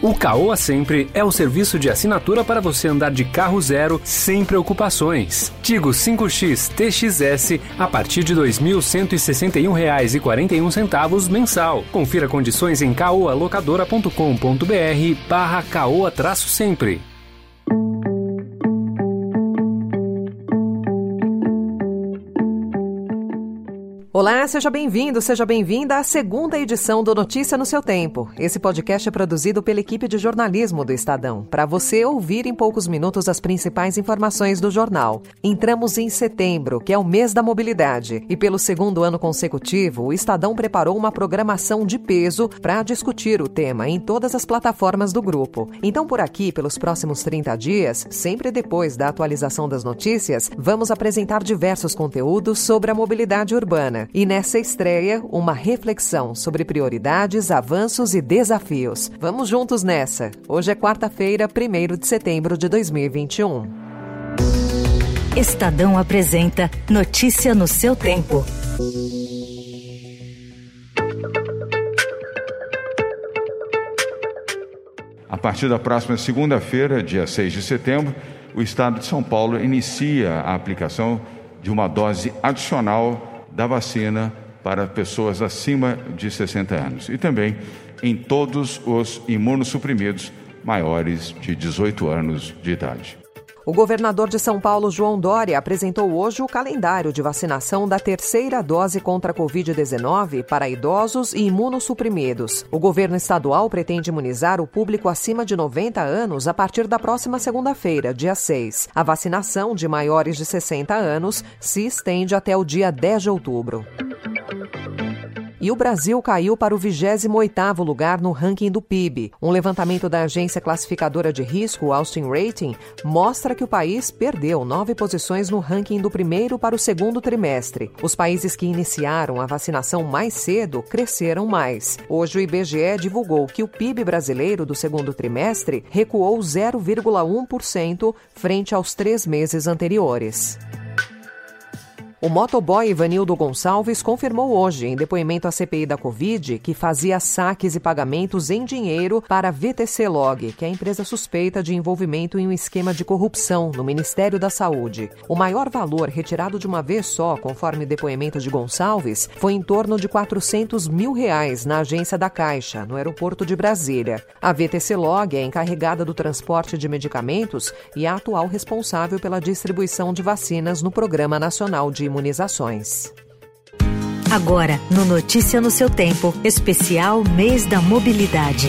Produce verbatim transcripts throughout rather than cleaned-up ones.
O Caoa Sempre é o serviço de assinatura para você andar de carro zero sem preocupações. Tigo cinco X T X S a partir de dois mil cento e sessenta e um reais e quarenta e um centavos mensal. Confira condições em caoalocadora ponto com ponto br barra Caoa traço sempre. Olá, seja bem-vindo, seja bem-vinda à segunda edição do Notícia no seu Tempo. Esse podcast é produzido pela equipe de jornalismo do Estadão, para você ouvir em poucos minutos as principais informações do jornal. Entramos em setembro, que é o mês da mobilidade, e pelo segundo ano consecutivo, o Estadão preparou uma programação de peso para discutir o tema em todas as plataformas do grupo. Então, por aqui, pelos próximos trinta dias, sempre depois da atualização das notícias, vamos apresentar diversos conteúdos sobre a mobilidade urbana. E nessa estreia, uma reflexão sobre prioridades, avanços e desafios. Vamos juntos nessa. Hoje é quarta-feira, primeiro de setembro de dois mil e vinte e um. Estadão apresenta Notícia no seu Tempo. A partir da próxima segunda-feira, dia seis de setembro, o Estado de São Paulo inicia a aplicação de uma dose adicional da vacina para pessoas acima de sessenta anos e também em todos os imunossuprimidos maiores de dezoito anos de idade. O governador de São Paulo, João Dória, apresentou hoje o calendário de vacinação da terceira dose contra a covid dezenove para idosos e imunossuprimidos. O governo estadual pretende imunizar o público acima de noventa anos a partir da próxima segunda-feira, dia seis. A vacinação de maiores de sessenta anos se estende até o dia dez de outubro. E o Brasil caiu para o vigésimo oitavo lugar no ranking do P I B. Um levantamento da agência classificadora de risco, Austin Rating, mostra que o país perdeu nove posições no ranking do primeiro para o segundo trimestre. Os países que iniciaram a vacinação mais cedo cresceram mais. Hoje o I B G E divulgou que o P I B brasileiro do segundo trimestre recuou zero vírgula um por cento frente aos três meses anteriores. O motoboy Ivanildo Gonçalves confirmou hoje, em depoimento à C P I da Covid, que fazia saques e pagamentos em dinheiro para a V T C Log, que é a empresa suspeita de envolvimento em um esquema de corrupção no Ministério da Saúde. O maior valor retirado de uma vez só, conforme depoimento de Gonçalves, foi em torno de quatrocentos mil reais na agência da Caixa, no aeroporto de Brasília. A V T C Log é encarregada do transporte de medicamentos e a atual responsável pela distribuição de vacinas no Programa Nacional de Imunizações. Agora, no Notícia no seu Tempo, especial Mês da Mobilidade.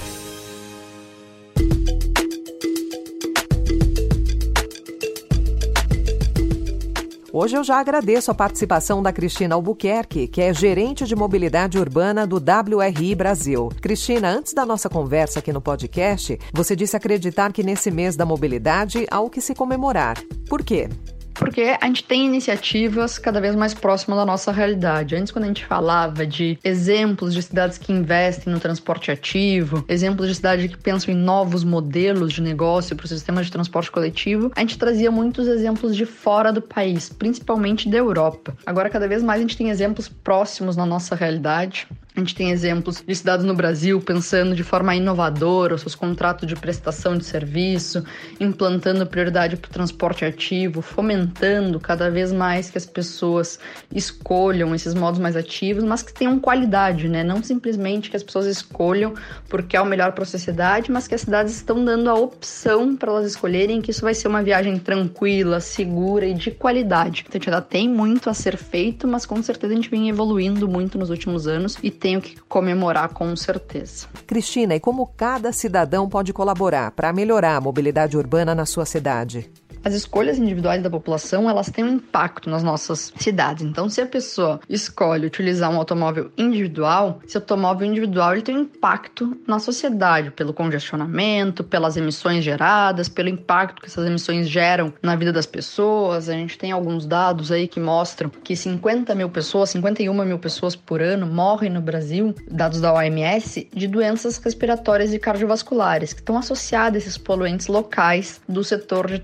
Hoje eu já agradeço a participação da Cristina Albuquerque, que é gerente de mobilidade urbana do W R I Brasil. Cristina, antes da nossa conversa aqui no podcast, você disse acreditar que nesse mês da mobilidade há o que se comemorar. Por quê? Porque a gente tem iniciativas cada vez mais próximas da nossa realidade. Antes, quando a gente falava de exemplos de cidades que investem no transporte ativo, exemplos de cidades que pensam em novos modelos de negócio para o sistema de transporte coletivo, a gente trazia muitos exemplos de fora do país, principalmente da Europa. Agora, cada vez mais a gente tem exemplos próximos na nossa realidade. A gente tem exemplos de cidades no Brasil pensando de forma inovadora os seus contratos de prestação de serviço, implantando prioridade para o transporte ativo, fomentando cada vez mais que as pessoas escolham esses modos mais ativos, mas que tenham qualidade, né? Não simplesmente que as pessoas escolham porque é o melhor para a sociedade, mas que as cidades estão dando a opção para elas escolherem que isso vai ser uma viagem tranquila, segura e de qualidade. Então a gente ainda tem muito a ser feito, mas com certeza a gente vem evoluindo muito nos últimos anos e tenho que comemorar com certeza. Cristina, e como cada cidadão pode colaborar para melhorar a mobilidade urbana na sua cidade? As escolhas individuais da população, elas têm um impacto nas nossas cidades. Então, se a pessoa escolhe utilizar um automóvel individual, esse automóvel individual ele tem um impacto na sociedade, pelo congestionamento, pelas emissões geradas, pelo impacto que essas emissões geram na vida das pessoas. A gente tem alguns dados aí que mostram que cinquenta mil pessoas, cinquenta e uma mil pessoas por ano morrem no Brasil, dados da O M S, de doenças respiratórias e cardiovasculares, que estão associadas a esses poluentes locais do setor de transporte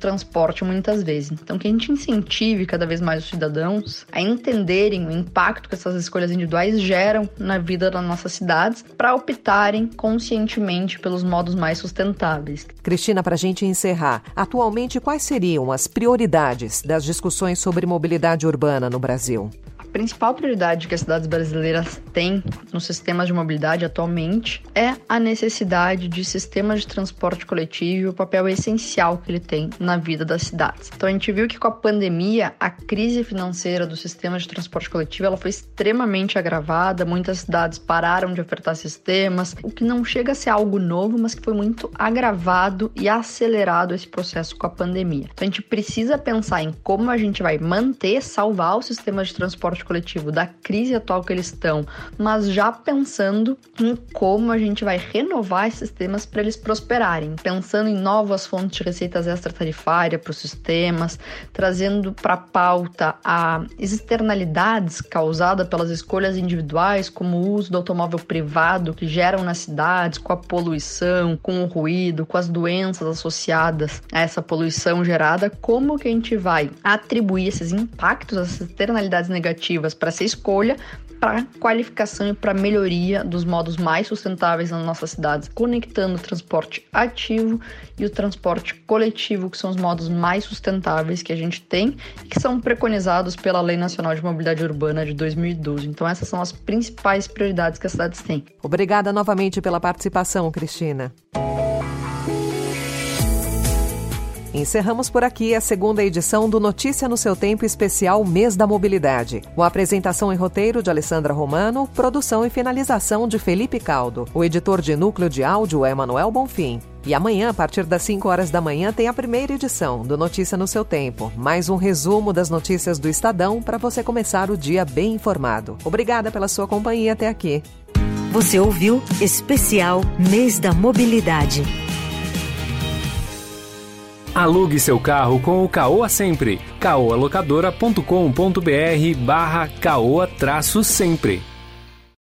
transporte muitas vezes. Então, que a gente incentive cada vez mais os cidadãos a entenderem o impacto que essas escolhas individuais geram na vida das nossas cidades para optarem conscientemente pelos modos mais sustentáveis. Cristina, para a gente encerrar, atualmente quais seriam as prioridades das discussões sobre mobilidade urbana no Brasil? A principal prioridade que as cidades brasileiras têm nos sistemas de mobilidade atualmente é a necessidade de sistemas de transporte coletivo e o papel essencial que ele tem na vida das cidades. Então a gente viu que com a pandemia, a crise financeira do sistema de transporte coletivo ela foi extremamente agravada, muitas cidades pararam de ofertar sistemas, o que não chega a ser algo novo, mas que foi muito agravado e acelerado esse processo com a pandemia. Então a gente precisa pensar em como a gente vai manter, salvar o sistema de transporte coletivo da crise atual que eles estão, mas já pensando em como a gente vai renovar esses sistemas para eles prosperarem, pensando em novas fontes de receitas extratarifárias para os sistemas, trazendo para a pauta as externalidades causadas pelas escolhas individuais, como o uso do automóvel privado que geram nas cidades, com a poluição, com o ruído, com as doenças associadas a essa poluição gerada, como que a gente vai atribuir esses impactos, essas externalidades negativas para essa escolha, para qualificação e para melhoria dos modos mais sustentáveis nas nossas cidades, conectando o transporte ativo e o transporte coletivo, que são os modos mais sustentáveis que a gente tem e que são preconizados pela Lei Nacional de Mobilidade Urbana de dois mil e doze. Então essas são as principais prioridades que as cidades têm. Obrigada novamente pela participação, Cristina. Encerramos por aqui a segunda edição do Notícia no seu Tempo especial Mês da Mobilidade. Com a apresentação e roteiro de Alessandra Romano, produção e finalização de Felipe Caldo. O editor de núcleo de áudio é Manuel Bonfim. E amanhã, a partir das cinco horas da manhã, tem a primeira edição do Notícia no seu Tempo. Mais um resumo das notícias do Estadão para você começar o dia bem informado. Obrigada pela sua companhia até aqui. Você ouviu Especial Mês da Mobilidade. Alugue seu carro com o Caoa Sempre. caoa locadora ponto com ponto br barra caoa traço sempre.